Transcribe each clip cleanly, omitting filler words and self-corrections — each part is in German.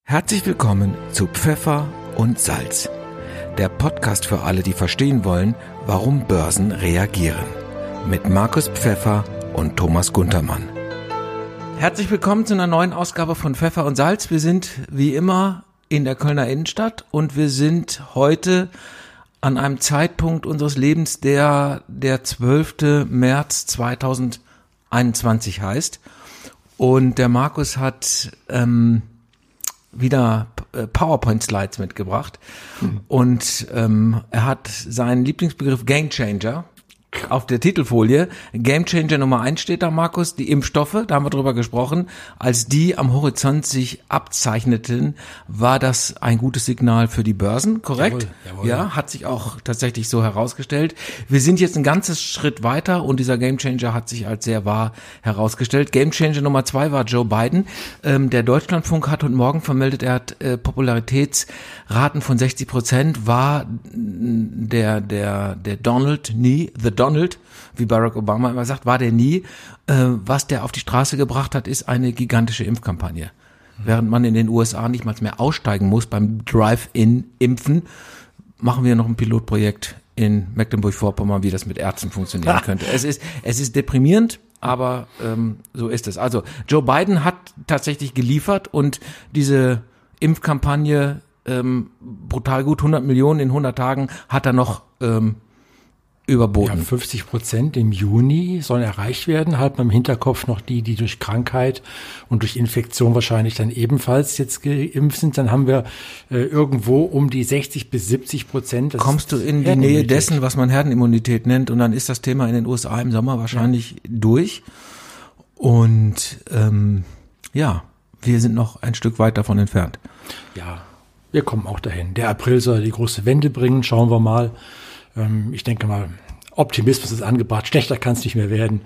Herzlich willkommen zu Pfeffer und Salz, der Podcast für alle, die verstehen wollen, warum Börsen reagieren. Mit Markus Pfeffer und Thomas Guntermann. Herzlich willkommen zu einer neuen Ausgabe von Pfeffer und Salz. Wir sind wie immer in der Kölner Innenstadt und wir sind heute an einem Zeitpunkt unseres Lebens, der 12. März 2021 heißt. Und der Markus hat wieder PowerPoint-Slides mitgebracht und er hat seinen Lieblingsbegriff Gamechanger auf der Titelfolie. Gamechanger Nummer 1 steht da, Markus, die Impfstoffe, da haben wir drüber gesprochen. Als die am Horizont sich abzeichneten, war das ein gutes Signal für die Börsen, korrekt? Jawohl. Ja, hat sich auch tatsächlich so herausgestellt. Wir sind jetzt ein ganzes Schritt weiter und dieser Gamechanger hat sich als sehr wahr herausgestellt. Gamechanger Nummer 2 war Joe Biden. Der Deutschlandfunk hat heute Morgen vermeldet, er hat Popularitätsraten von 60%, war der Donald nie, the Donald, wie Barack Obama immer sagt, war der nie. Was der auf die Straße gebracht hat, ist eine gigantische Impfkampagne. Während man in den USA nicht mal mehr aussteigen muss beim Drive-In-Impfen, machen wir noch ein Pilotprojekt in Mecklenburg-Vorpommern, wie das mit Ärzten funktionieren könnte. Es ist deprimierend, aber so ist es. Also Joe Biden hat tatsächlich geliefert und diese Impfkampagne brutal gut, 100 Millionen in 100 Tagen hat er noch überboten. Ja, 50% im Juni sollen erreicht werden. Halt im Hinterkopf noch die durch Krankheit und durch Infektion wahrscheinlich dann ebenfalls jetzt geimpft sind. Dann haben wir irgendwo um die 60-70%. Kommst du in die Nähe dessen, was man Herdenimmunität nennt, und dann ist das Thema in den USA im Sommer wahrscheinlich durch. Und wir sind noch ein Stück weit davon entfernt. Ja, wir kommen auch dahin. Der April soll die große Wende bringen. Schauen wir mal. Ich denke mal, Optimismus ist angebracht, schlechter kann es nicht mehr werden.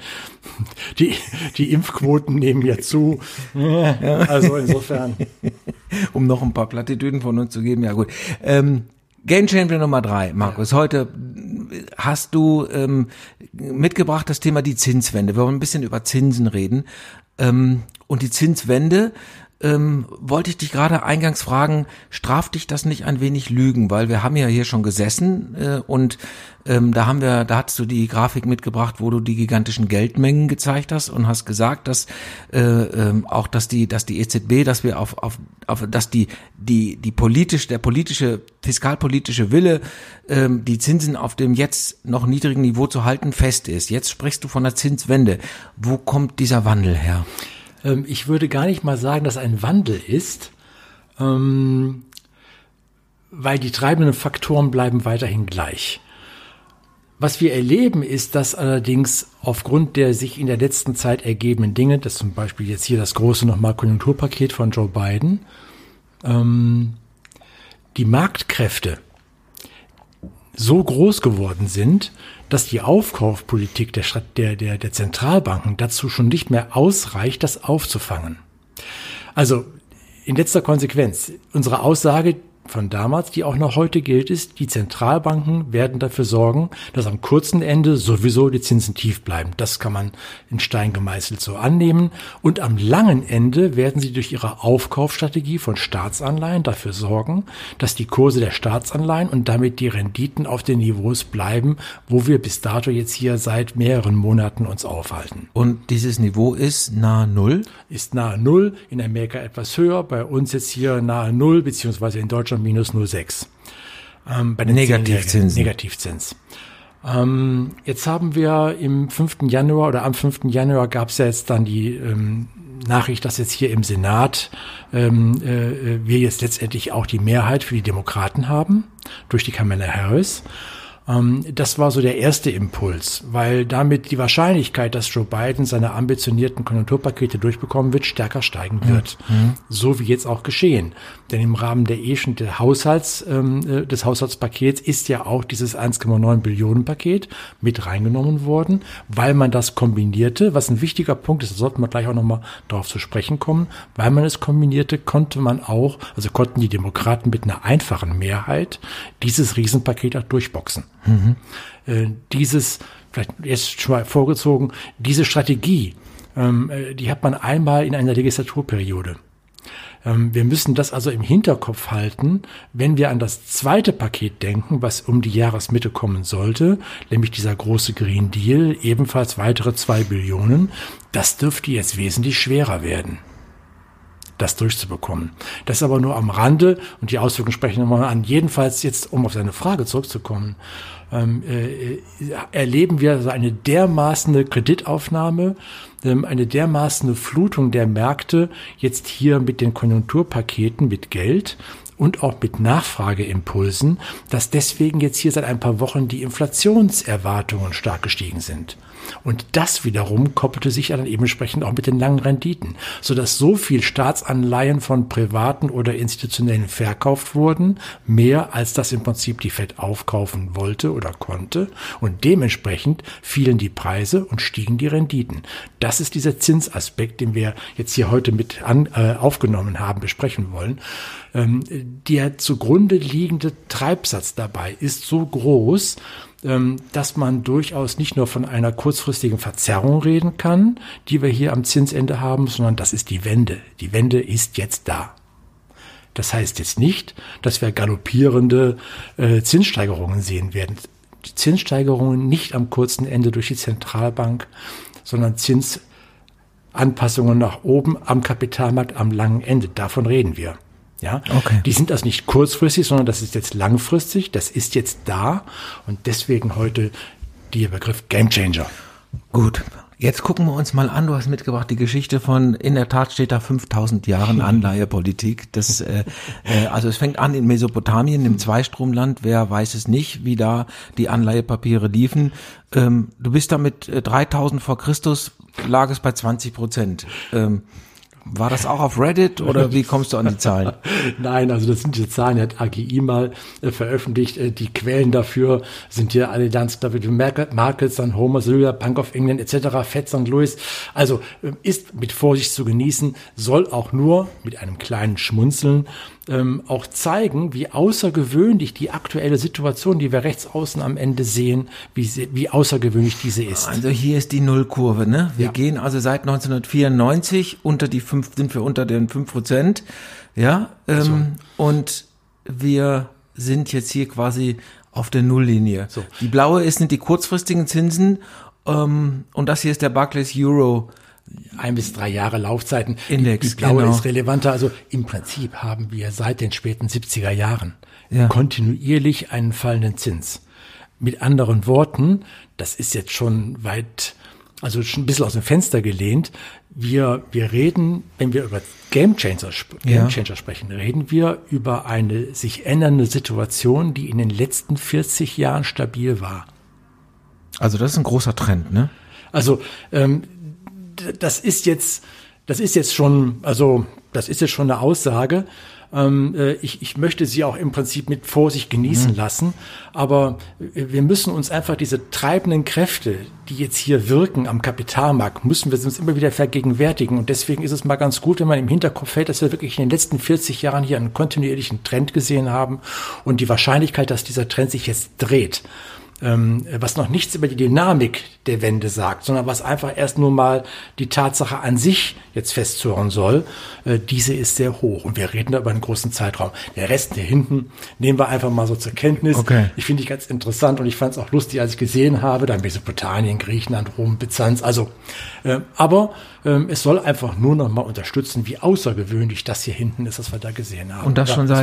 Die Impfquoten nehmen ja zu. Also insofern. Um noch ein paar Plattitüden von uns zu geben, ja gut. Gamechanger Nummer 3, Markus. Ja. Heute hast du mitgebracht das Thema die Zinswende. Wir wollen ein bisschen über Zinsen reden. Und die Zinswende wollte ich dich gerade eingangs fragen, straft dich das nicht ein wenig Lügen? Weil wir haben ja hier schon gesessen und da hast du die Grafik mitgebracht, wo du die gigantischen Geldmengen gezeigt hast und hast gesagt, dass dass die EZB, dass wir dass der politische, fiskalpolitische Wille, die Zinsen auf dem jetzt noch niedrigen Niveau zu halten, fest ist. Jetzt sprichst du von der Zinswende. Wo kommt dieser Wandel her? Ich würde gar nicht mal sagen, dass ein Wandel ist, weil die treibenden Faktoren bleiben weiterhin gleich. Was wir erleben, ist, dass allerdings aufgrund der sich in der letzten Zeit ergebenden Dinge, das zum Beispiel jetzt hier das große nochmal Konjunkturpaket von Joe Biden, die Marktkräfte so groß geworden sind, dass die Aufkaufpolitik der Zentralbanken dazu schon nicht mehr ausreicht, das aufzufangen. Also in letzter Konsequenz, unsere Aussage von damals, die auch noch heute gilt, ist, die Zentralbanken werden dafür sorgen, dass am kurzen Ende sowieso die Zinsen tief bleiben. Das kann man in Stein gemeißelt so annehmen. Und am langen Ende werden sie durch ihre Aufkaufstrategie von Staatsanleihen dafür sorgen, dass die Kurse der Staatsanleihen und damit die Renditen auf den Niveaus bleiben, wo wir bis dato jetzt hier seit mehreren Monaten uns aufhalten. Und dieses Niveau ist nahe Null? Ist nahe Null, in Amerika etwas höher, bei uns jetzt hier nahe Null, beziehungsweise in Deutschland minus 0,6. Bei den Negativzins. Jetzt haben wir am 5. Januar gab es ja jetzt dann die Nachricht, dass jetzt hier im Senat wir jetzt letztendlich auch die Mehrheit für die Demokraten haben, durch die Kamala Harris. Das war so der erste Impuls, weil damit die Wahrscheinlichkeit, dass Joe Biden seine ambitionierten Konjunkturpakete durchbekommen wird, stärker steigen wird. So wie jetzt auch geschehen. Denn im Rahmen des Haushaltspakets ist ja auch dieses 1,9 Billionen Paket mit reingenommen worden, weil man das kombinierte, was ein wichtiger Punkt ist, da sollten wir gleich auch nochmal darauf zu sprechen kommen, weil man es kombinierte, konnten die Demokraten mit einer einfachen Mehrheit dieses Riesenpaket auch durchboxen. Vielleicht jetzt schon mal vorgezogen, diese Strategie, die hat man einmal in einer Legislaturperiode. Wir müssen das also im Hinterkopf halten, wenn wir an das zweite Paket denken, was um die Jahresmitte kommen sollte, nämlich dieser große Green Deal, ebenfalls weitere 2 Billionen. Das dürfte jetzt wesentlich schwerer werden, das durchzubekommen. Das ist aber nur am Rande und die Auswirkungen sprechen nochmal an. Jedenfalls jetzt, um auf seine Frage zurückzukommen, erleben wir also eine dermaßene Kreditaufnahme, eine dermaßene Flutung der Märkte jetzt hier mit den Konjunkturpaketen, mit Geld und auch mit Nachfrageimpulsen, dass deswegen jetzt hier seit ein paar Wochen die Inflationserwartungen stark gestiegen sind. Und das wiederum koppelte sich dann eben entsprechend auch mit den langen Renditen, sodass so viel Staatsanleihen von Privaten oder Institutionellen verkauft wurden, mehr als das im Prinzip die Fed aufkaufen wollte oder konnte. Und dementsprechend fielen die Preise und stiegen die Renditen. Das ist dieser Zinsaspekt, den wir jetzt hier heute mit aufgenommen haben, besprechen wollen. Der zugrunde liegende Treibsatz dabei ist so groß, dass man durchaus nicht nur von einer kurzfristigen Verzerrung reden kann, die wir hier am Zinsende haben, sondern das ist die Wende. Die Wende ist jetzt da. Das heißt jetzt nicht, dass wir galoppierende Zinssteigerungen sehen werden. Die Zinssteigerungen nicht am kurzen Ende durch die Zentralbank, sondern Zinsanpassungen nach oben am Kapitalmarkt am langen Ende. Davon reden wir. Ja, okay. Die sind also nicht kurzfristig, sondern das ist jetzt langfristig, das ist jetzt da und deswegen heute der Begriff Gamechanger. Gut, jetzt gucken wir uns mal an, du hast mitgebracht die Geschichte von, in der Tat steht da 5000 Jahren Anleihepolitik. Das, also es fängt an in Mesopotamien, im Zweistromland, wer weiß es nicht, wie da die Anleihepapiere liefen. Du bist da mit 3000 vor Christus, lag es bei 20%. War das auch auf Reddit oder wie kommst du an die Zahlen? Nein, also das sind die Zahlen, die hat AGI mal veröffentlicht. Die Quellen dafür sind hier alle ganz klar, wie Markets, dann Homer, Sylvia, Bank of England etc., Fed St. Louis. Also ist mit Vorsicht zu genießen, soll auch nur mit einem kleinen Schmunzeln auch zeigen, wie außergewöhnlich die aktuelle Situation, die wir rechts außen am Ende sehen, wie außergewöhnlich diese ist. Also hier ist die Nullkurve, ne? Wir gehen also seit 1994 sind wir unter den 5%, ja, und wir sind jetzt hier quasi auf der Nulllinie. So. Die blaue sind die kurzfristigen Zinsen, und das hier ist der Barclays Euro 1 bis 3 Jahre Laufzeiten. Index, die blaue ist relevanter. Also im Prinzip haben wir seit den späten 70er Jahren kontinuierlich einen fallenden Zins. Mit anderen Worten, das ist jetzt schon also schon ein bisschen aus dem Fenster gelehnt. Wir reden, wenn wir über Gamechanger sprechen, reden wir über eine sich ändernde Situation, die in den letzten 40 Jahren stabil war. Also das ist ein großer Trend, ne? Also das ist jetzt schon eine Aussage. Ich möchte sie auch im Prinzip mit Vorsicht genießen lassen, aber wir müssen uns einfach diese treibenden Kräfte, die jetzt hier wirken am Kapitalmarkt, müssen wir uns immer wieder vergegenwärtigen. Und deswegen ist es mal ganz gut, wenn man im Hinterkopf hält, dass wir wirklich in den letzten 40 Jahren hier einen kontinuierlichen Trend gesehen haben und die Wahrscheinlichkeit, dass dieser Trend sich jetzt dreht, was noch nichts über die Dynamik der Wende sagt, sondern was einfach erst nur mal die Tatsache an sich jetzt festhören soll, diese ist sehr hoch. Und wir reden da über einen großen Zeitraum. Der Rest hier hinten nehmen wir einfach mal so zur Kenntnis. Okay. Ich finde die ganz interessant und ich fand es auch lustig, als ich gesehen habe, da Mesopotamien, Griechenland, Rom, Byzanz, aber es soll einfach nur noch mal unterstützen, wie außergewöhnlich das hier hinten ist, was wir da gesehen haben. Und das schon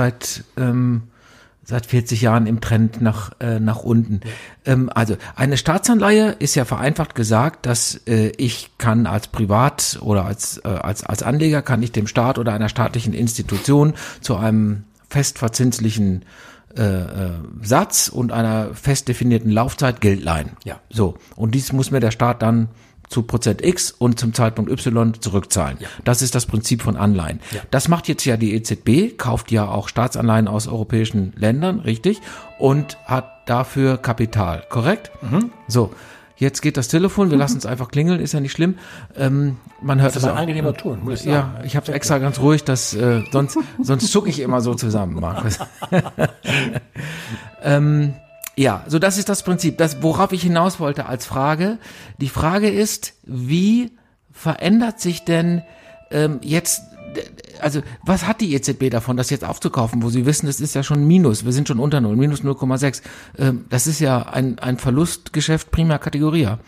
seit 40 Jahren im Trend nach unten. Ja. Also eine Staatsanleihe ist ja vereinfacht gesagt, dass ich kann als Privat oder als Anleger kann ich dem Staat oder einer staatlichen Institution zu einem festverzinslichen Satz und einer fest definierten Laufzeit Geld leihen. Ja. So. Und dies muss mir der Staat dann zu Prozent X und zum Zeitpunkt Y zurückzahlen. Ja. Das ist das Prinzip von Anleihen. Ja. Das macht jetzt ja die EZB, kauft ja auch Staatsanleihen aus europäischen Ländern, richtig? Und hat dafür Kapital, korrekt? Mhm. So, jetzt geht das Telefon, wir lassen es einfach klingeln, ist ja nicht schlimm. Man hört das ist ein angenehmer Ton, muss ich sagen. Ja, ich habe extra ganz ruhig, sonst zucke ich immer so zusammen, Markus. Ja, so das ist das Prinzip. Das, worauf ich hinaus wollte als Frage. Die Frage ist, wie verändert sich denn jetzt also was hat die EZB davon, das jetzt aufzukaufen, wo sie wissen, das ist ja schon ein Minus, wir sind schon unter Null, minus 0,6. Das ist ja ein Verlustgeschäft prima Kategoria.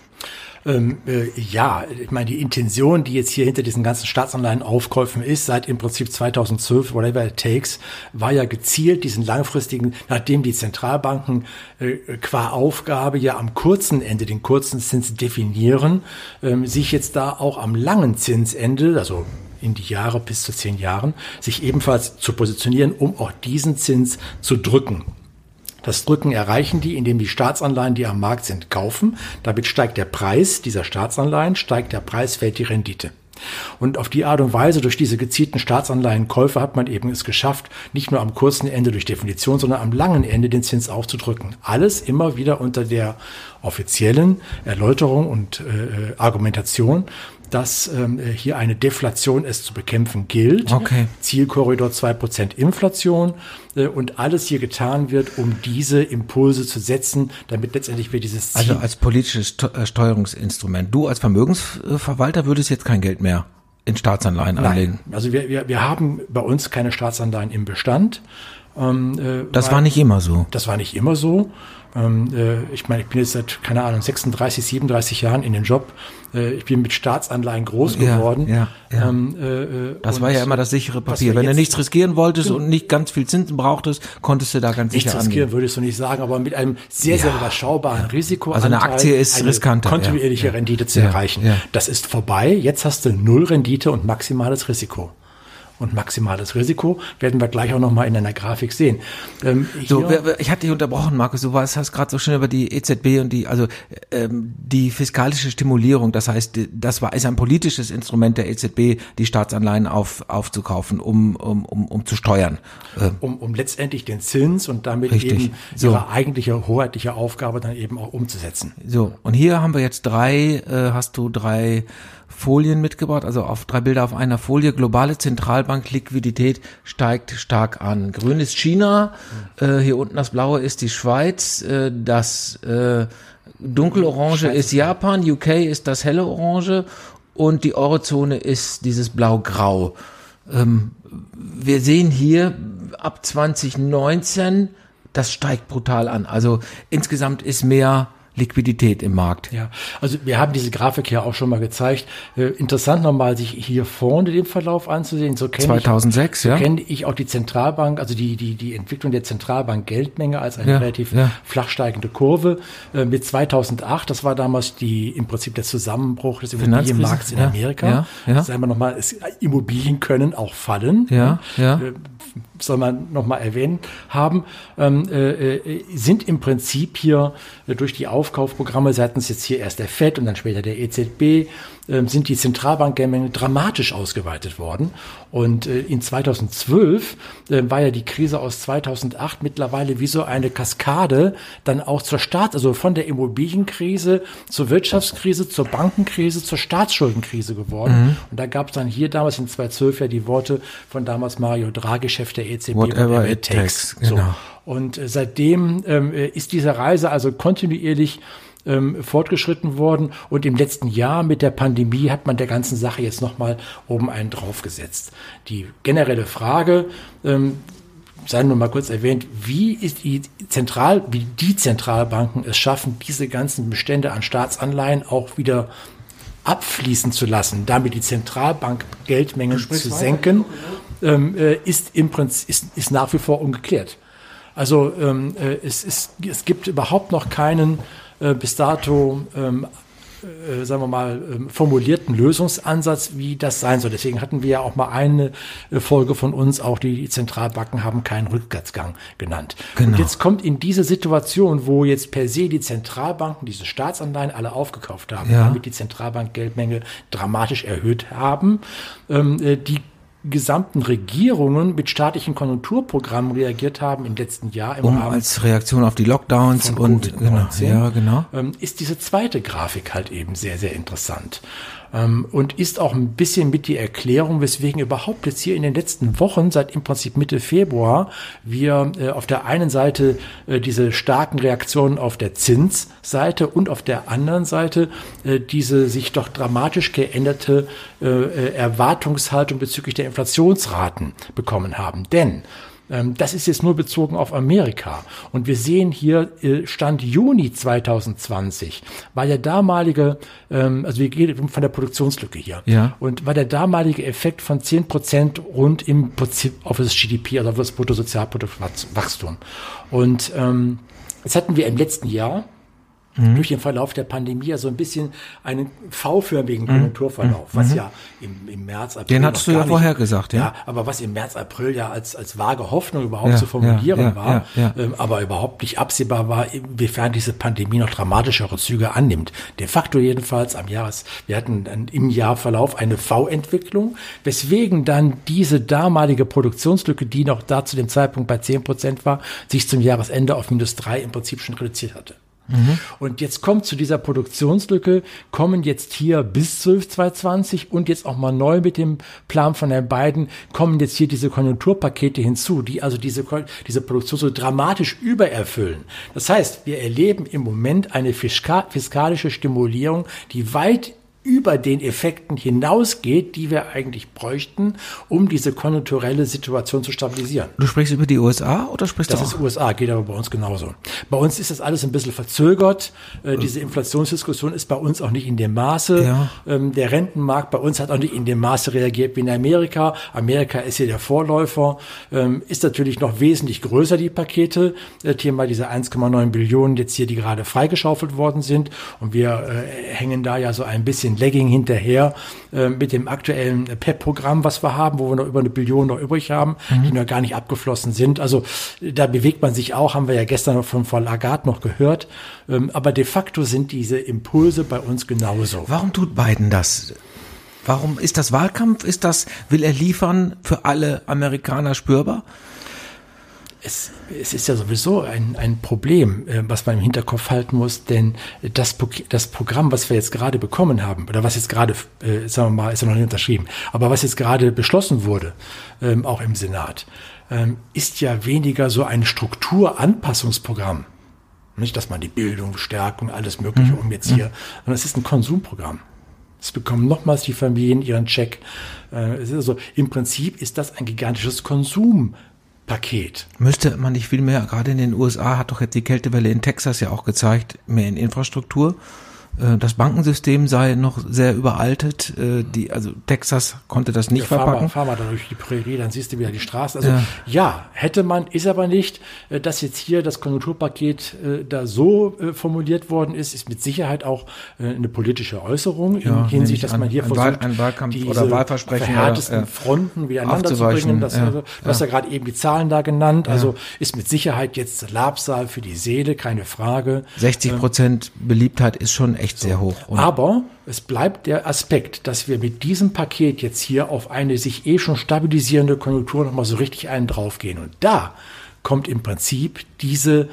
Ja, ich meine, die Intention, die jetzt hier hinter diesen ganzen Staatsanleihenaufkäufen ist, seit im Prinzip 2012, whatever it takes, war ja gezielt diesen langfristigen, nachdem die Zentralbanken qua Aufgabe ja am kurzen Ende den kurzen Zins definieren, sich jetzt da auch am langen Zinsende, also in die Jahre bis zu 10 Jahren, sich ebenfalls zu positionieren, um auch diesen Zins zu drücken. Das Drücken erreichen die, indem die Staatsanleihen, die am Markt sind, kaufen. Damit steigt der Preis dieser Staatsanleihen, steigt der Preis, fällt die Rendite. Und auf die Art und Weise, durch diese gezielten Staatsanleihenkäufe, hat man eben es geschafft, nicht nur am kurzen Ende durch Definition, sondern am langen Ende den Zins aufzudrücken. Alles immer wieder unter der offiziellen Erläuterung und Argumentation, dass hier eine Deflation es zu bekämpfen gilt. Okay. Zielkorridor 2% Inflation und alles hier getan wird, um diese Impulse zu setzen, damit letztendlich wir dieses Ziel... Also als politisches Steuerungsinstrument. Du als Vermögensverwalter würdest jetzt kein Geld mehr in Staatsanleihen anlegen? Nein, also wir haben bei uns keine Staatsanleihen im Bestand. Das war nicht immer so. Das war nicht immer so. Ich meine, ich bin jetzt seit, 36, 37 Jahren in den Job. Ich bin mit Staatsanleihen groß geworden. Ja. Das war ja immer das sichere Papier. Wenn du nichts riskieren wolltest und nicht ganz viel Zinsen brauchtest, konntest du da ganz sicher angehen. Nichts riskieren würdest du nicht sagen, aber mit einem sehr, sehr überschaubaren Risiko. Also eine Aktie ist riskanter. Kontinuierliche Rendite zu erreichen. Ja. Das ist vorbei. Jetzt hast du 0 Rendite und maximales Risiko. Und maximales Risiko werden wir gleich auch nochmal in einer Grafik sehen. Ich hatte dich unterbrochen, Markus. Du hast gerade so schön über die EZB und die fiskalische Stimulierung. Das heißt, ist ein politisches Instrument der EZB, die Staatsanleihen aufzukaufen, um zu steuern. Um letztendlich den Zins und damit richtig. Eben ihre eigentliche hoheitliche Aufgabe dann eben auch umzusetzen. So, und hier haben wir jetzt drei Folien mitgebracht, also auf 3 Bilder auf einer Folie. Globale Zentralbank-Liquidität steigt stark an. Grün ist China, hier unten das Blaue ist die Schweiz, das dunkelorange ist Japan, UK ist das helle Orange und die Eurozone ist dieses Blau-Grau. Wir sehen hier ab 2019, das steigt brutal an. Also insgesamt ist mehr Liquidität im Markt. Ja, also wir haben diese Grafik ja auch schon mal gezeigt. Interessant nochmal, sich hier vorne den Verlauf anzusehen. So kenne 2006, so kenne ich auch die Zentralbank, also die Entwicklung der Zentralbank-Geldmenge als eine relativ flach steigende Kurve. Mit 2008, das war damals im Prinzip der Zusammenbruch des Immobilienmarkts in Amerika. Sagen wir nochmal, Immobilien können auch fallen. Soll man nochmal erwähnt haben, sind im Prinzip hier durch die Aufkaufprogramme seitens jetzt hier erst der FED und dann später der EZB, sind die Zentralbankgeldmengen dramatisch ausgeweitet worden. Und in 2012 war ja die Krise aus 2008 mittlerweile wie so eine Kaskade dann auch also von der Immobilienkrise zur Wirtschaftskrise, zur Bankenkrise, zur Staatsschuldenkrise geworden. Und da gab es dann hier damals in 2012 ja die Worte von damals Mario Draghi, Chef der EZB, whatever it takes. Genau. So. Und seitdem ist diese Reise also kontinuierlich fortgeschritten worden und im letzten Jahr mit der Pandemie hat man der ganzen Sache jetzt nochmal oben einen draufgesetzt. Die generelle Frage, sei nur mal kurz erwähnt, wie die Zentralbanken es schaffen, diese ganzen Bestände an Staatsanleihen auch wieder abfließen zu lassen, damit die Zentralbank Geldmengen zu senken, ist im Prinzip ist nach wie vor ungeklärt. Also es gibt überhaupt noch keinen bis dato, sagen wir mal, formulierten Lösungsansatz, wie das sein soll. Deswegen hatten wir ja auch mal eine Folge von uns, auch die Zentralbanken haben keinen Rückwärtsgang genannt. Genau. Und jetzt kommt in diese Situation, wo jetzt per se die Zentralbanken diese Staatsanleihen alle aufgekauft haben, damit die Zentralbankgeldmenge dramatisch erhöht haben, die gesamten Regierungen mit staatlichen Konjunkturprogrammen reagiert haben im letzten Jahr. Als Reaktion auf die Lockdowns und genau, ist diese zweite Grafik halt eben sehr, sehr interessant. Und ist auch ein bisschen mit die Erklärung, weswegen überhaupt jetzt hier in den letzten Wochen, seit im Prinzip Mitte Februar, wir auf der einen Seite diese starken Reaktionen auf der Zinsseite und auf der anderen Seite diese sich doch dramatisch geänderte Erwartungshaltung bezüglich der Inflationsraten bekommen haben. Denn das ist jetzt nur bezogen auf Amerika. Und wir sehen hier, Stand Juni 2020, war der damalige, also wir gehen von der Produktionslücke hier, und war der damalige Effekt von 10% rund im Prinzip auf das GDP, also auf das Bruttosozialproduktwachstum. Und jetzt hatten wir im letzten Jahr durch den Verlauf der Pandemie so ein bisschen einen V-förmigen Konjunkturverlauf, was ja im März, April. Den hattest du ja vorher gesagt, ja. Ja, aber was im März, April ja als vage Hoffnung überhaupt zu formulieren war, aber überhaupt nicht absehbar war, inwiefern diese Pandemie noch dramatischere Züge annimmt. De facto jedenfalls wir hatten im Jahrverlauf eine V-Entwicklung, weswegen dann diese damalige Produktionslücke, die noch da zu dem Zeitpunkt bei 10% war, sich zum Jahresende auf -3 im Prinzip schon reduziert hatte. Und jetzt kommt zu dieser Produktionslücke, kommen jetzt hier bis 2020 und jetzt auch mal neu mit dem Plan von Herrn Biden, kommen jetzt hier diese Konjunkturpakete hinzu, die also diese Produktion so dramatisch übererfüllen. Das heißt, wir erleben im Moment eine fiskalische Stimulierung, die weit über den Effekten hinausgeht, die wir eigentlich bräuchten, um diese konjunkturelle Situation zu stabilisieren. Du sprichst über die USA oder sprichst du auch? Das ist USA, geht aber bei uns genauso. Bei uns ist das alles ein bisschen verzögert. Diese Inflationsdiskussion ist bei uns auch nicht in dem Maße. Ja. Der Rentenmarkt bei uns hat auch nicht in dem Maße reagiert wie in Amerika. Amerika ist hier der Vorläufer, ist natürlich noch wesentlich größer, die Pakete. Thema diese 1,9 Billionen jetzt hier, die gerade freigeschaufelt worden sind. Und wir hängen da ja so ein bisschen Lagging hinterher mit dem aktuellen PEP-Programm, was wir haben, wo wir noch über 1 Billion noch übrig haben, die noch gar nicht abgeflossen sind. Also da bewegt man sich auch, haben wir ja gestern noch von Frau Lagarde noch gehört. Aber de facto sind diese Impulse bei uns genauso. Warum tut Biden das? Warum ist das Wahlkampf? Will er liefern für alle Amerikaner spürbar? Es ist ja sowieso ein Problem, was man im Hinterkopf halten muss, denn das Programm, was wir jetzt gerade bekommen haben, oder was jetzt gerade, sagen wir mal, ist ja noch nicht unterschrieben, aber was jetzt gerade beschlossen wurde, auch im Senat, ist ja weniger so ein Strukturanpassungsprogramm. Nicht, dass man die Bildung, Stärkung, alles Mögliche jetzt hier, sondern es ist ein Konsumprogramm. Es bekommen nochmals die Familien ihren Check. Es ist also, im Prinzip ist das ein gigantisches Konsumpaket. Müsste man nicht viel mehr, gerade in den USA hat doch jetzt die Kältewelle in Texas ja auch gezeigt, mehr in Infrastruktur. Das Bankensystem sei noch sehr überaltet. Also Texas konnte das nicht verpacken. Fahr mal da durch die Prärie, dann siehst du wieder die Straßen. Also ja, hätte man, ist aber nicht. Dass jetzt hier das Konjunkturpaket da so formuliert worden ist mit Sicherheit auch eine politische Äußerung in Hinsicht, dass man hier versucht, ein Wahlkampf diese oder Wahlversprechen verhärtesten Fronten wieder aneinander zu bringen. Du hast ja gerade eben die Zahlen da genannt. Also ist mit Sicherheit jetzt Labsal für die Seele, keine Frage. 60% Beliebtheit ist schon echt sehr hoch. Aber es bleibt der Aspekt, dass wir mit diesem Paket jetzt hier auf eine sich schon stabilisierende Konjunktur nochmal so richtig einen draufgehen. Und da kommt im Prinzip diese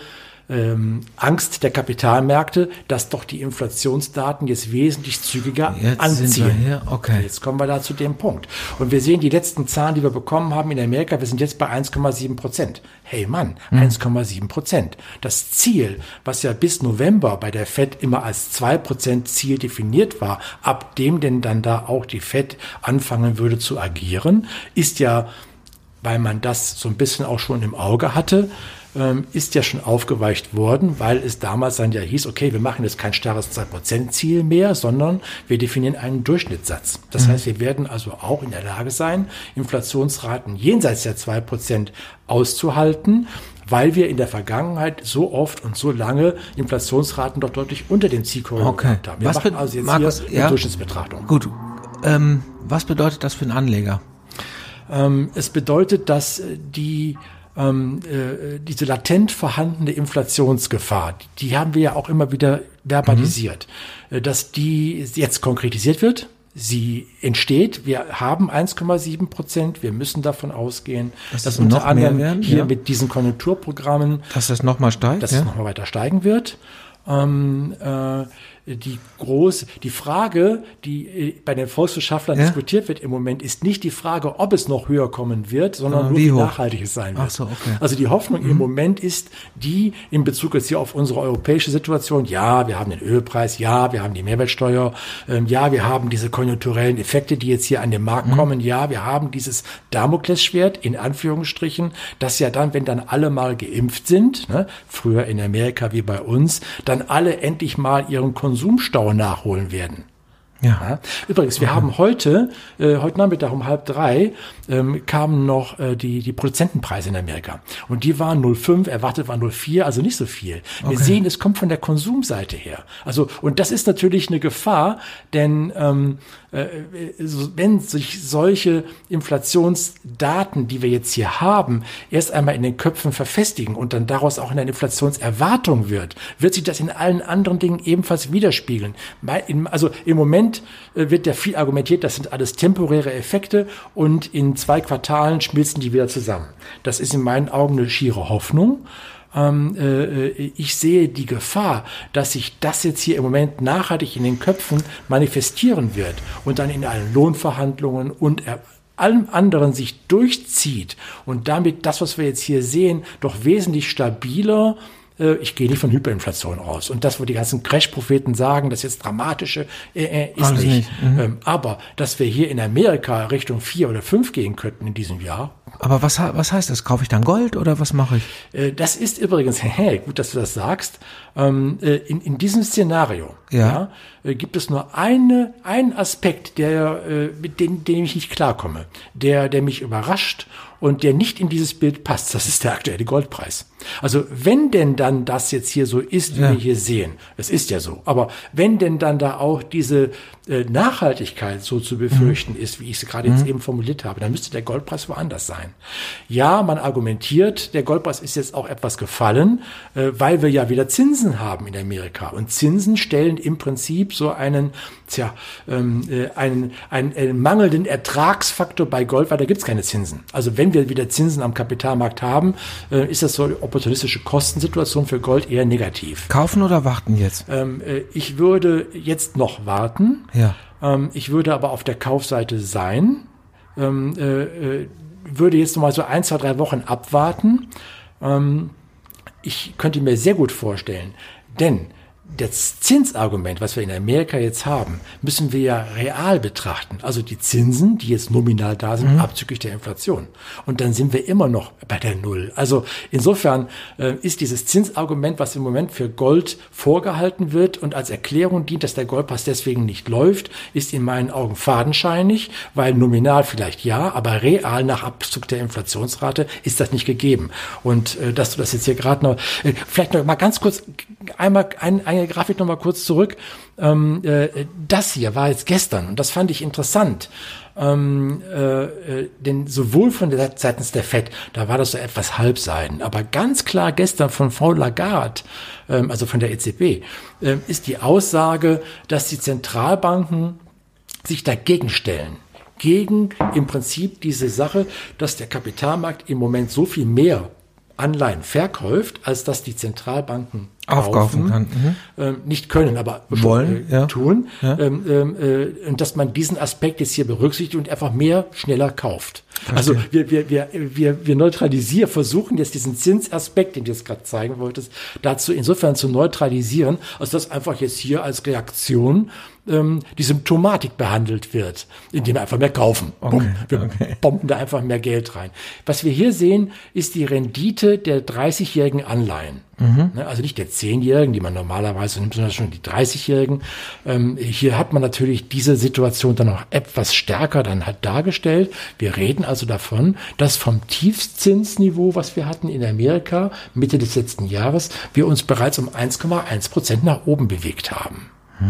Angst der Kapitalmärkte, dass doch die Inflationsdaten jetzt wesentlich zügiger anziehen. Sind wir hier? Okay. Jetzt kommen wir da zu dem Punkt. Und wir sehen die letzten Zahlen, die wir bekommen haben in Amerika, wir sind jetzt bei 1,7%. Hey Mann, 1,7%. Das Ziel, was ja bis November bei der FED immer als 2% Ziel definiert war, ab dem denn dann da auch die FED anfangen würde zu agieren, ist ja, weil man das so ein bisschen auch schon im Auge hatte, ist ja schon aufgeweicht worden, weil es damals dann ja hieß, okay, wir machen jetzt kein starres 2%-Ziel mehr, sondern wir definieren einen Durchschnittssatz. Das heißt, wir werden also auch in der Lage sein, Inflationsraten jenseits der 2% auszuhalten, weil wir in der Vergangenheit so oft und so lange Inflationsraten doch deutlich unter dem Zielkorridor gehabt haben. Wir machen also jetzt Markus, hier eine Durchschnittsbetrachtung. Gut. Was bedeutet das für einen Anleger? Es bedeutet, dass diese latent vorhandene Inflationsgefahr, die haben wir ja auch immer wieder verbalisiert, dass die jetzt konkretisiert wird. Sie entsteht, wir haben 1,7%, wir müssen davon ausgehen, dass unter anderem hier mit diesen Konjunkturprogrammen, dass das nochmal steigt, dass es nochmal weiter steigen wird. die Frage, die bei den Volkswirtschaftlern diskutiert wird im Moment, ist nicht die Frage, ob es noch höher kommen wird, sondern nur wie nachhaltig es sein wird. Ach so, okay. Also die Hoffnung im Moment ist die in Bezug jetzt hier auf unsere europäische Situation, ja, wir haben den Ölpreis, ja, wir haben die Mehrwertsteuer, ja, wir haben diese konjunkturellen Effekte, die jetzt hier an den Markt kommen, ja, wir haben dieses Damoklesschwert, in Anführungsstrichen, das ja dann, wenn dann alle mal geimpft sind, ne, früher in Amerika wie bei uns, dann alle endlich mal ihren Konsumstau nachholen werden. Ja. Übrigens, wir haben heute Nachmittag um 2:30 kamen noch die Produzentenpreise in Amerika. Und die waren 0,5, erwartet waren 0,4, also nicht so viel. Wir sehen, es kommt von der Konsumseite her. Also, und das ist natürlich eine Gefahr, denn wenn sich solche Inflationsdaten, die wir jetzt hier haben, erst einmal in den Köpfen verfestigen und dann daraus auch eine Inflationserwartung wird sich das in allen anderen Dingen ebenfalls widerspiegeln. Also im Moment wird ja viel argumentiert, das sind alles temporäre Effekte und in 2 Quartalen schmilzen die wieder zusammen. Das ist in meinen Augen eine schiere Hoffnung. Ich sehe die Gefahr, dass sich das jetzt hier im Moment nachhaltig in den Köpfen manifestieren wird und dann in allen Lohnverhandlungen und allem anderen sich durchzieht und damit das, was wir jetzt hier sehen, doch wesentlich stabiler. Ich gehe nicht von Hyperinflation aus. Und das, wo die ganzen Crash-Propheten sagen, das jetzt dramatische, ist nicht. Aber dass wir hier in Amerika Richtung 4 oder 5 gehen könnten in diesem Jahr. Aber was heißt das? Kaufe ich dann Gold oder was mache ich? Das ist übrigens, gut, dass du das sagst, in diesem Szenario gibt es nur einen Aspekt, mit dem ich nicht klarkomme, der mich überrascht und der nicht in dieses Bild passt. Das ist der aktuelle Goldpreis. Also wenn denn dann das jetzt hier so ist, wie wir hier sehen, es ist ja so, aber wenn denn dann da auch diese Nachhaltigkeit so zu befürchten ist, wie ich sie gerade jetzt eben formuliert habe, dann müsste der Goldpreis woanders sein. Ja, man argumentiert, der Goldpreis ist jetzt auch etwas gefallen, weil wir ja wieder Zinsen haben in Amerika. Und Zinsen stellen im Prinzip so einen mangelnden Ertragsfaktor bei Gold, weil da gibt's keine Zinsen. Also wenn wir wieder Zinsen am Kapitalmarkt haben, ist das so eine opportunistische Kostensituation für Gold eher negativ. Kaufen oder warten jetzt? Ich würde jetzt noch warten. Ja. Ich würde aber auf der Kaufseite sein. Würde jetzt noch mal so 1, 2, 3 Wochen abwarten. Ich könnte mir sehr gut vorstellen, denn das Zinsargument, was wir in Amerika jetzt haben, müssen wir ja real betrachten. Also die Zinsen, die jetzt nominal da sind, abzüglich der Inflation. Und dann sind wir immer noch bei der Null. Also insofern ist dieses Zinsargument, was im Moment für Gold vorgehalten wird und als Erklärung dient, dass der Goldpreis deswegen nicht läuft, ist in meinen Augen fadenscheinig, weil nominal vielleicht ja, aber real nach Abzug der Inflationsrate ist das nicht gegeben. Und dass du das jetzt hier gerade noch, vielleicht noch mal ganz kurz, einmal eine Grafik noch mal kurz zurück. Das hier war jetzt gestern und das fand ich interessant. Denn sowohl seitens der FED, da war das so etwas halbseiden, aber ganz klar gestern von Frau Lagarde, also von der EZB, ist die Aussage, dass die Zentralbanken sich dagegen stellen. Gegen im Prinzip diese Sache, dass der Kapitalmarkt im Moment so viel mehr Anleihen verkauft, als dass die Zentralbanken aufkaufen kann. Nicht können, aber wollen, tun. Ja. Und dass man diesen Aspekt jetzt hier berücksichtigt und einfach mehr, schneller kauft. Also wir neutralisieren, versuchen jetzt diesen Zinsaspekt, den du jetzt gerade zeigen wolltest, dazu insofern zu neutralisieren, als dass einfach jetzt hier als Reaktion die Symptomatik behandelt wird, indem wir einfach mehr kaufen. Wir bomben da einfach mehr Geld rein. Was wir hier sehen, ist die Rendite der 30-jährigen Anleihen. Also nicht der 10-Jährigen, die man normalerweise nimmt, sondern schon die 30-Jährigen. Hier hat man natürlich diese Situation dann noch etwas stärker dann halt dargestellt. Wir reden also davon, dass vom Tiefszinsniveau, was wir hatten in Amerika Mitte des letzten Jahres, wir uns bereits um 1,1% nach oben bewegt haben.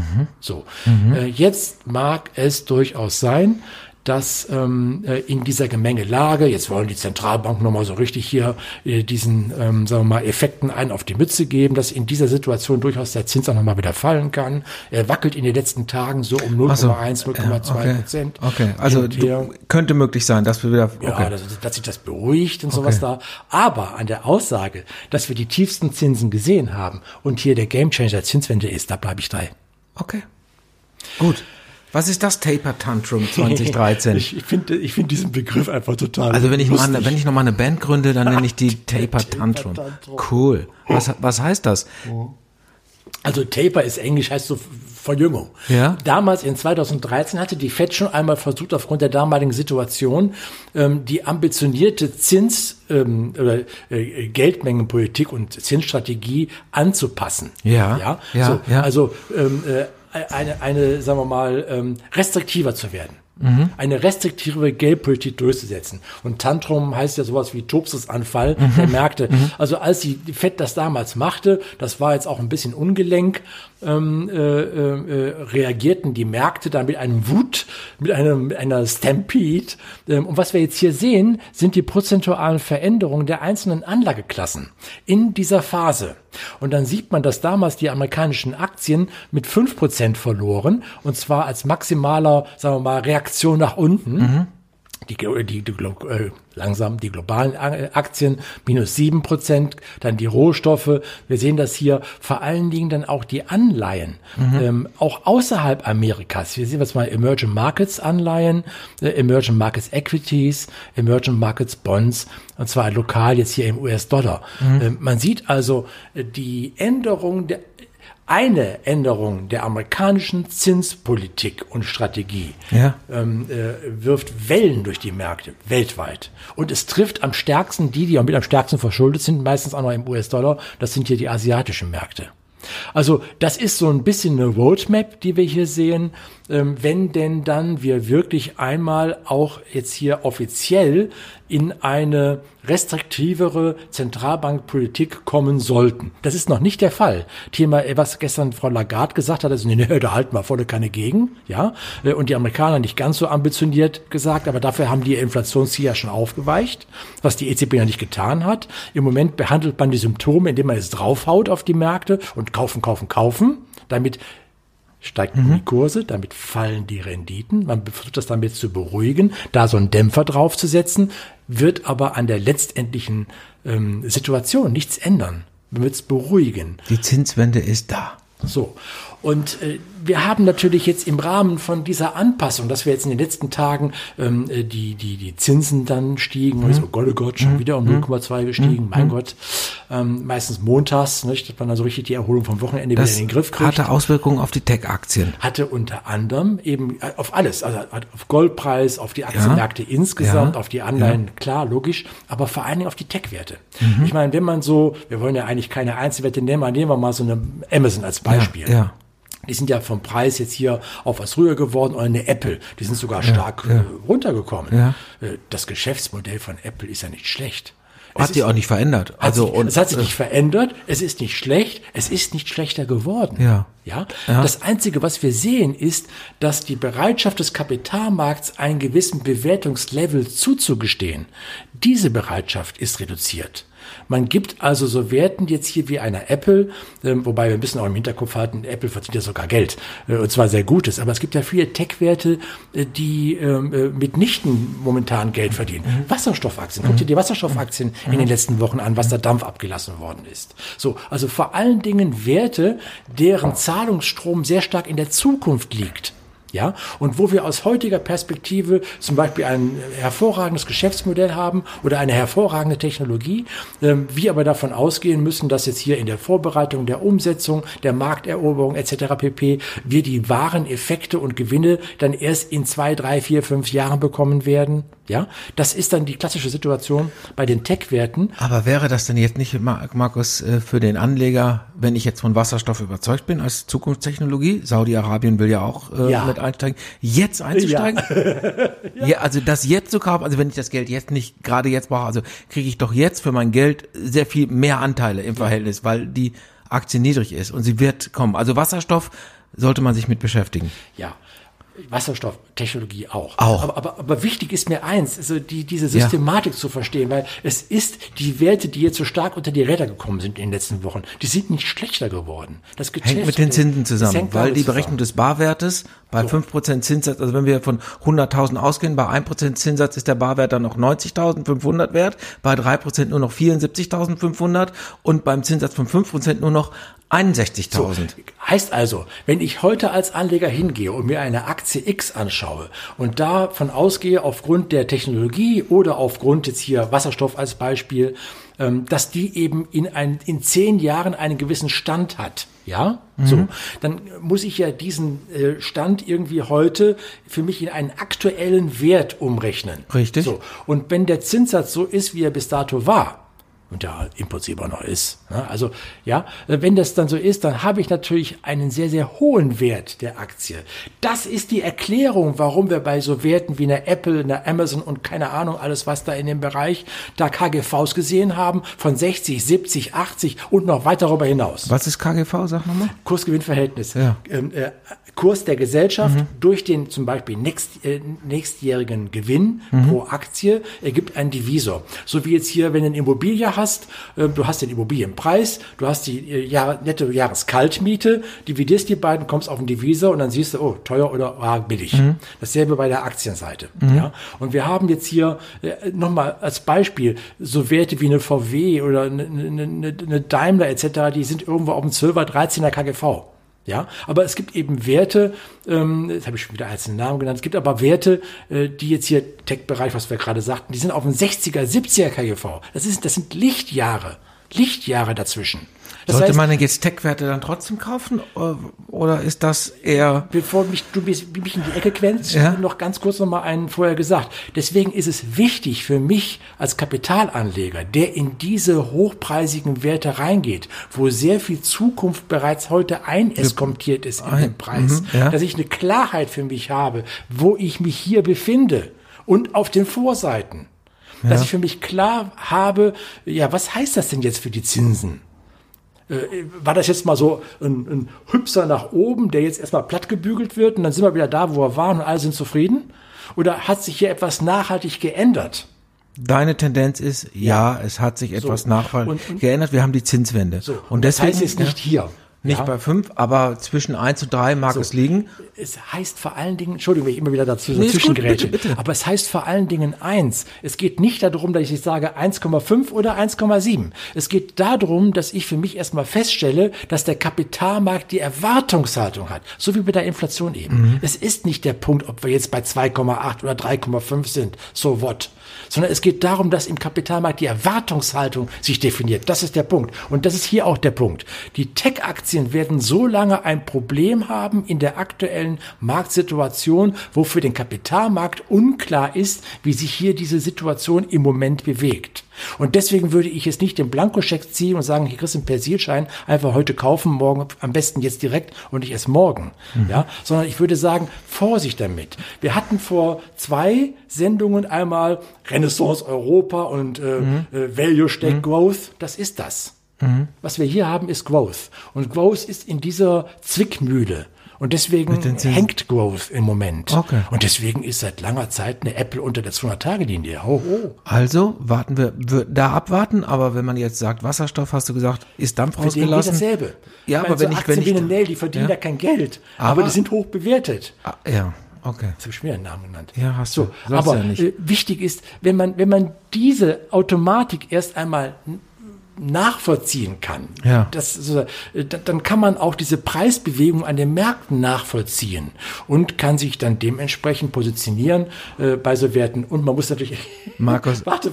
Jetzt mag es durchaus sein, dass in dieser Gemengelage, jetzt wollen die Zentralbanken nochmal so richtig hier diesen, sagen wir mal, Effekten einen auf die Mütze geben, dass in dieser Situation durchaus der Zins auch nochmal wieder fallen kann. Er wackelt in den letzten Tagen so um 0,1, 0,2%. Okay, also könnte möglich sein, dass wir wieder... Ja, dass sich das beruhigt und sowas da. Aber an der Aussage, dass wir die tiefsten Zinsen gesehen haben und hier der Gamechanger Zinswende ist, da bleibe ich dabei. Okay. Gut. Was ist das Taper Tantrum 2013? Ich finde diesen Begriff einfach total Also wenn ich lustig. noch mal eine Band gründe, dann nenne ich die Taper Tantrum. Cool. Was heißt das? Also Taper ist Englisch, heißt so Verjüngung. Ja. Damals in 2013 hatte die FED schon einmal versucht, aufgrund der damaligen Situation die ambitionierte oder Geldmengenpolitik und Zinsstrategie anzupassen. Ja. Also sagen wir mal, restriktiver zu werden. Eine restriktive Geldpolitik durchzusetzen. Und Tantrum heißt ja sowas wie Tobsusanfall der Märkte. Also als die FED das damals machte, das war jetzt auch ein bisschen ungelenk, reagierten die Märkte dann mit einem Wut, mit einer Stampede. Und was wir jetzt hier sehen, sind die prozentualen Veränderungen der einzelnen Anlageklassen in dieser Phase. Und dann sieht man, dass damals die amerikanischen Aktien mit 5% verloren, und zwar als maximaler, sagen wir mal, Reaktion nach unten. Die globalen Aktien minus 7%, dann die Rohstoffe. Wir sehen das hier, vor allen Dingen dann auch die Anleihen, auch außerhalb Amerikas. Hier sehen wir jetzt mal Emerging Markets Anleihen, Emerging Markets Equities, Emerging Markets Bonds, und zwar lokal jetzt hier im US-Dollar. Man sieht also eine Änderung der amerikanischen Zinspolitik und Strategie wirft Wellen durch die Märkte weltweit. Und es trifft am stärksten die auch mit am stärksten verschuldet sind, meistens auch noch im US-Dollar. Das sind hier die asiatischen Märkte. Also das ist so ein bisschen eine Roadmap, die wir hier sehen, wenn denn dann wir wirklich einmal auch jetzt hier offiziell in eine restriktivere Zentralbankpolitik kommen sollten. Das ist noch nicht der Fall. Thema, was gestern Frau Lagarde gesagt hat, also nee, da halten wir volle Kanne gegen, ja. Und die Amerikaner nicht ganz so ambitioniert gesagt, aber dafür haben die Inflationsziele ja schon aufgeweicht, was die EZB ja nicht getan hat. Im Moment behandelt man die Symptome, indem man es draufhaut auf die Märkte und kaufen. Damit steigen die Kurse, damit fallen die Renditen. Man versucht das damit zu beruhigen, da so einen Dämpfer draufzusetzen, wird aber an der letztendlichen Situation nichts ändern. Man wird es beruhigen. Die Zinswende ist da. So. Und wir haben natürlich jetzt im Rahmen von dieser Anpassung, dass wir jetzt in den letzten Tagen die Zinsen dann stiegen, und so Gott, schon wieder um 0,2 gestiegen, mein Gott, meistens montags, nicht, dass man also richtig die Erholung vom Wochenende wieder in den Griff kriegt. Hatte Auswirkungen auf die Tech-Aktien. Hatte unter anderem eben auf alles, also auf Goldpreis, auf die Aktienmärkte insgesamt, auf die Anleihen, klar, logisch, aber vor allen Dingen auf die Tech-Werte. Ich meine, wenn man so, wir wollen ja eigentlich keine Einzelwerte nehmen wir mal so eine Amazon als Beispiel. Ja. Die sind ja vom Preis jetzt hier auf was rüber geworden, oder eine Apple, die sind sogar stark runtergekommen. Ja. Das Geschäftsmodell von Apple ist ja nicht schlecht. Hat die auch nicht verändert. Es hat sich nicht verändert, es ist nicht schlecht, es ist nicht schlechter geworden. Ja. Das Einzige, was wir sehen, ist, dass die Bereitschaft des Kapitalmarkts einen gewissen Bewertungslevel zuzugestehen, diese Bereitschaft ist reduziert. Man gibt also so Werten jetzt hier wie einer Apple, wobei wir ein bisschen auch im Hinterkopf halten, Apple verdient ja sogar Geld, und zwar sehr Gutes. Aber es gibt ja viele Tech-Werte, die mitnichten momentan Geld verdienen. Wasserstoffaktien, guck dir die Wasserstoffaktien in den letzten Wochen an, was da Dampf abgelassen worden ist. So, also vor allen Dingen Werte, deren Zahlungsstrom sehr stark in der Zukunft liegt. Ja, und wo wir aus heutiger Perspektive zum Beispiel ein hervorragendes Geschäftsmodell haben oder eine hervorragende Technologie, wir aber davon ausgehen müssen, dass jetzt hier in der Vorbereitung, der Umsetzung, der Markteroberung etc. pp. Wir die wahren Effekte und Gewinne dann erst in 2, 3, 4, 5 Jahren bekommen werden. Ja, das ist dann die klassische Situation bei den Tech-Werten. Aber wäre das denn jetzt nicht, Markus, für den Anleger, wenn ich jetzt von Wasserstoff überzeugt bin als Zukunftstechnologie, Saudi-Arabien will ja auch mit einsteigen, jetzt einzusteigen? Ja, also das jetzt zu kaufen, also wenn ich das Geld jetzt nicht gerade jetzt brauche, also kriege ich doch jetzt für mein Geld sehr viel mehr Anteile im Verhältnis, weil die Aktie niedrig ist und sie wird kommen. Also Wasserstoff sollte man sich mit beschäftigen. Ja. Wasserstofftechnologie auch. Aber wichtig ist mir eins, also diese Systematik zu verstehen, weil es ist die Werte, die jetzt so stark unter die Räder gekommen sind in den letzten Wochen, die sind nicht schlechter geworden. Das hängt mit den Zinsen zusammen, weil die Berechnung des Barwertes Bei 5% Zinssatz, also wenn wir von 100.000 ausgehen, bei 1% Zinssatz ist der Barwert dann noch 90.500 wert, bei 3% nur noch 74.500 und beim Zinssatz von 5% nur noch 61.000. So, heißt also, wenn ich heute als Anleger hingehe und mir eine Aktie X anschaue und davon ausgehe, aufgrund der Technologie oder aufgrund jetzt hier Wasserstoff als Beispiel, dass die eben in 10 Jahren einen gewissen Stand hat, ja, so, dann muss ich ja diesen Stand irgendwie heute für mich in einen aktuellen Wert umrechnen. Richtig. So, und wenn der Zinssatz so ist, wie er bis dato war, und ja im Prinzip auch noch ist. Also ja, wenn das dann so ist, dann habe ich natürlich einen sehr, sehr hohen Wert der Aktie. Das ist die Erklärung, warum wir bei so Werten wie einer Apple, einer Amazon und keine Ahnung, alles was da in dem Bereich da KGVs gesehen haben, von 60, 70, 80 und noch weiter darüber hinaus. Was ist KGV, sag nochmal? Kursgewinnverhältnis. Ja. Kurs der Gesellschaft durch den zum Beispiel nächstjährigen Gewinn pro Aktie ergibt einen Divisor. So wie jetzt hier, wenn du eine Immobilie hast, du hast den Immobilienpreis, du hast die Netto-Jahreskaltmiete, dividierst die beiden, kommst auf den Divisor und dann siehst du, oh, teuer oder billig. Dasselbe bei der Aktienseite. Ja? Und wir haben jetzt hier nochmal als Beispiel so Werte wie eine VW oder eine Daimler etc., die sind irgendwo auf dem 12er, 13er KGV. Ja, aber es gibt eben Werte, jetzt habe ich schon wieder einzelne Namen genannt, es gibt aber Werte, die jetzt hier Tech-Bereich, was wir gerade sagten, die sind auf dem 60er, 70er KGV. Das sind Lichtjahre dazwischen. Das Sollte heißt, man denn jetzt Tech-Werte dann trotzdem kaufen oder ist das eher... Bevor du mich in die Ecke quälst, Ja? noch ganz kurz noch mal einen vorher gesagt. Deswegen ist es wichtig für mich als Kapitalanleger, der in diese hochpreisigen Werte reingeht, wo sehr viel Zukunft bereits heute eineskontiert ist in dem Preis, dass ich eine Klarheit für mich habe, wo ich mich hier befinde und auf den Vorseiten. Dass ich für mich klar habe, ja, was heißt das denn jetzt für die Zinsen? War das jetzt mal so ein Hüpser nach oben, der jetzt erstmal platt gebügelt wird und dann sind wir wieder da, wo wir waren und alle sind zufrieden? Oder hat sich hier etwas nachhaltig geändert? Deine Tendenz ist, ja, es hat sich etwas nachhaltig geändert. Wir haben die Zinswende. So, und das deswegen heißt jetzt nicht hier. Nicht bei 5, aber zwischen 1 und 3 mag es liegen. Es heißt vor allen Dingen, Entschuldigung, wenn ich immer wieder dazwischen gerätsche, bitte. aber es heißt vor allen Dingen eins. Es geht nicht darum, dass ich sage 1,5 oder 1,7. Es geht darum, dass ich für mich erstmal feststelle, dass der Kapitalmarkt die Erwartungshaltung hat. So wie bei der Inflation eben. Es ist nicht der Punkt, ob wir jetzt bei 2,8 oder 3,5 sind. So what? Sondern es geht darum, dass im Kapitalmarkt die Erwartungshaltung sich definiert. Das ist der Punkt. Und das ist hier auch der Punkt. Die Tech-Aktien werden so lange ein Problem haben in der aktuellen Marktsituation, wo für den Kapitalmarkt unklar ist, wie sich hier diese Situation im Moment bewegt. Und deswegen würde ich jetzt nicht den Blankoscheck ziehen und sagen, hier kriegst du einen Persilschein, einfach heute kaufen, morgen am besten jetzt direkt und nicht erst morgen. Ja, sondern ich würde sagen, Vorsicht damit. Wir hatten vor 2 Sendungen einmal Renaissance Europa und Value Stack Growth. Das ist das. Was wir hier haben, ist Growth. Und Growth ist in dieser Zwickmühle. Und deswegen hängt Growth im Moment. Okay. Und deswegen ist seit langer Zeit eine Apple unter der 200-Tage-Linie. Also warten wir da abwarten, aber wenn man jetzt sagt Wasserstoff, hast du gesagt, ist Dampf Für den rausgelassen. geht dasselbe. Ja, ich aber meine, wenn so ich Aktien wie eine Nell, die verdienen da kein Geld. Aber die sind hoch bewertet. Ja, okay. Jetzt habe ich mir einen Namen genannt. Ja, hast du. du. Aber ja nicht. Wichtig ist, wenn man diese Automatik erst einmal nachvollziehen kann, dann kann man auch diese Preisbewegung an den Märkten nachvollziehen und kann sich dann dementsprechend positionieren bei so Werten. Und man muss natürlich... Markus. Warte.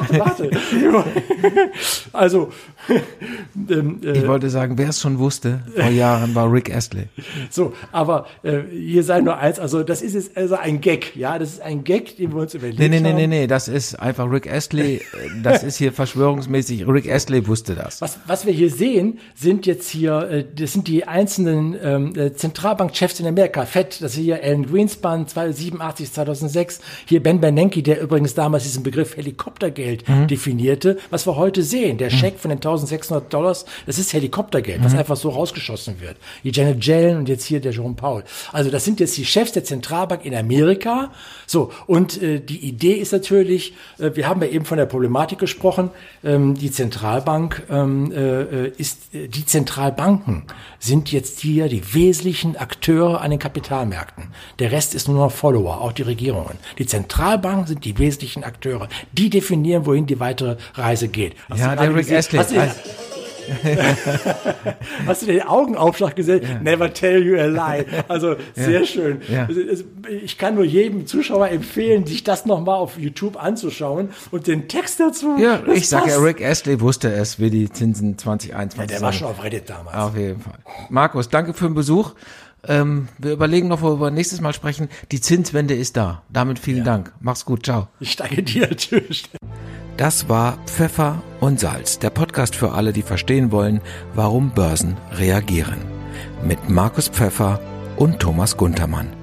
Also... ich wollte sagen, wer es schon wusste, vor Jahren war Rick Astley. So, aber hier sei nur eins, also das ist jetzt also ein Gag, ja, das ist ein Gag, den wir uns überlegt haben. Nee, das ist einfach Rick Astley, das ist hier verschwörungsmäßig, Rick Astley wusste das. Was wir hier sehen, sind jetzt hier, das sind die einzelnen Zentralbankchefs in Amerika, Fed, das ist hier Alan Greenspan, 87, 2006, hier Ben Bernanke, der übrigens damals diesen Begriff Helikoptergeld definierte, was wir heute sehen, der Scheck von den $1.600, das ist Helikoptergeld, was einfach so rausgeschossen wird. Die Janet Yellen und jetzt hier der Jerome Powell. Also das sind jetzt die Chefs der Zentralbank in Amerika. So, und die Idee ist natürlich, wir haben ja eben von der Problematik gesprochen, die Zentralbank Zentralbank die Zentralbanken sind jetzt hier die wesentlichen Akteure an den Kapitalmärkten. Der Rest ist nur noch Follower, auch die Regierungen. Die Zentralbanken sind die wesentlichen Akteure. Die definieren, wohin die weitere Reise geht. Ja, der Rick Astley. Hast du den Augenaufschlag gesehen? Ja. Never tell you a lie. Also sehr schön. Ja. Ich kann nur jedem Zuschauer empfehlen, sich das nochmal auf YouTube anzuschauen und den Text dazu. Ja, ich sage ja, Rick Astley wusste es, wie die Zinsen 2021. Ja, der war schon auf Reddit damals. Auf jeden Fall. Markus, danke für den Besuch. Wir überlegen noch, wo wir nächstes Mal sprechen. Die Zinswende ist da. Damit vielen Dank. Mach's gut. Ciao. Ich danke dir. Tschüss. Das war Pfeffer und Salz, der Podcast für alle, die verstehen wollen, warum Börsen reagieren. Mit Markus Pfeffer und Thomas Guntermann.